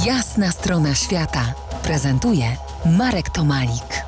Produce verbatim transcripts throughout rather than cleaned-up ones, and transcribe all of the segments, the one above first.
Jasna strona świata prezentuje Marek Tomalik.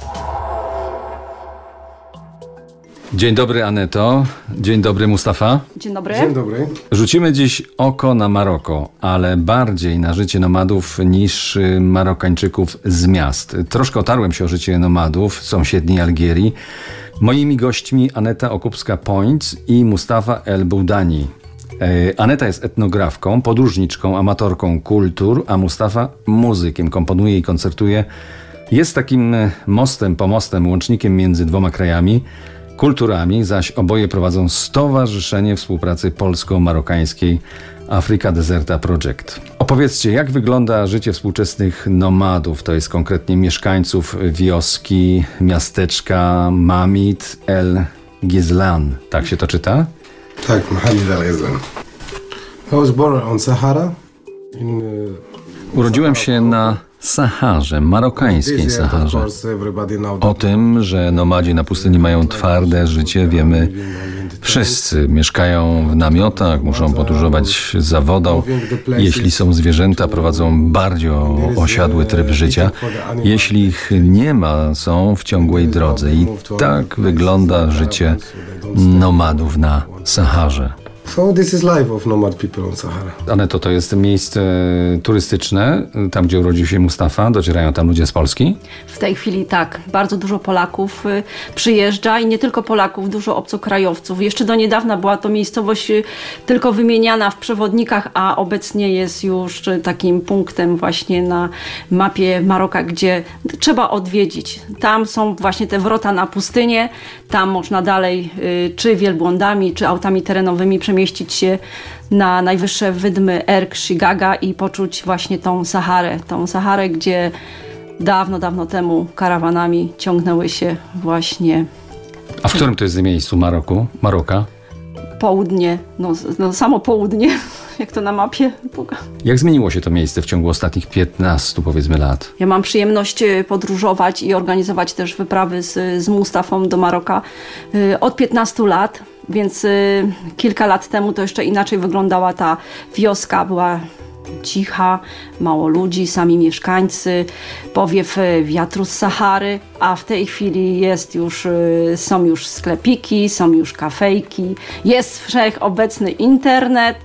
Dzień dobry, Aneto. Dzień dobry, Mustafa. Dzień dobry. Dzień dobry. Rzucimy dziś oko na Maroko, ale bardziej na życie nomadów niż Marokańczyków z miast. Troszkę otarłem się o życie nomadów w sąsiedniej Algierii. Moimi gośćmi Aneta Okupska-Pońc i Mustafa El Boudani. Aneta jest etnografką, podróżniczką, amatorką kultur, a Mustafa muzykiem, komponuje i koncertuje. Jest takim mostem, pomostem, łącznikiem między dwoma krajami, kulturami, zaś oboje prowadzą Stowarzyszenie Współpracy Polsko-Marokańskiej Africa Deserta Project. Opowiedzcie, jak wygląda życie współczesnych nomadów, to jest konkretnie mieszkańców wioski, miasteczka Mamit El Ghezlan. Tak się to czyta? Tak, Mohammed El Ghezlan. I was born on Sahara. In, uh, Urodziłem się na Saharze, marokańskiej Saharze. O tym, że nomadzi na pustyni mają twarde życie, wiemy wszyscy. Mieszkają w namiotach, muszą podróżować za wodą. Jeśli są zwierzęta, prowadzą bardziej osiadły tryb życia. Jeśli ich nie ma, są w ciągłej drodze. I tak wygląda życie nomadów na Saharze. So this is life of nomad people on Sahara. Aneto, to jest miejsce turystyczne, tam gdzie urodził się Mustafa, docierają tam ludzie z Polski? W tej chwili tak, bardzo dużo Polaków y, przyjeżdża i nie tylko Polaków, dużo obcokrajowców. Jeszcze do niedawna była to miejscowość y, tylko wymieniana w przewodnikach, a obecnie jest już y, takim punktem właśnie na mapie Maroka, gdzie trzeba odwiedzić. Tam są właśnie te wrota na pustynię, tam można dalej y, czy wielbłądami, czy autami terenowymi przemieścić się na najwyższe wydmy Erg, Shigaga i poczuć właśnie tą Saharę. Tą Saharę, gdzie dawno, dawno temu karawanami ciągnęły się właśnie... A w którym to jest miejscu Maroku? Maroka? Południe, no, no samo południe, jak to na mapie puka. Jak zmieniło się to miejsce w ciągu ostatnich piętnastu, powiedzmy, lat? Ja mam przyjemność podróżować i organizować też wyprawy z, z Mustafą do Maroka y, od piętnastu lat. Więc y, kilka lat temu to jeszcze inaczej wyglądała ta wioska, była cicha, mało ludzi, sami mieszkańcy, powiew wiatru z Sahary, a w tej chwili jest już, y, są już sklepiki, są już kafejki, jest wszechobecny internet.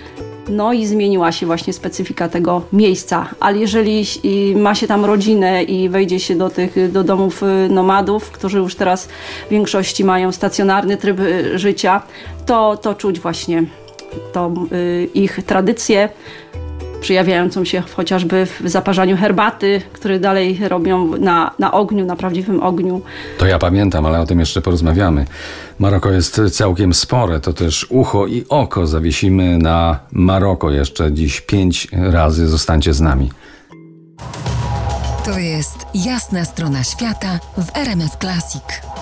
No i zmieniła się właśnie specyfika tego miejsca, ale jeżeli ma się tam rodzinę i wejdzie się do tych do domów nomadów, którzy już teraz w większości mają stacjonarny tryb życia, to, to czuć właśnie to, y, ich tradycję, przejawiającą się chociażby w zaparzaniu herbaty, które dalej robią na, na ogniu, na prawdziwym ogniu. To ja pamiętam, ale o tym jeszcze porozmawiamy. Maroko jest całkiem spore, to też ucho i oko zawiesimy na Maroko jeszcze dziś pięć razy. Zostańcie z nami. To jest Jasna strona świata w R M F Classic.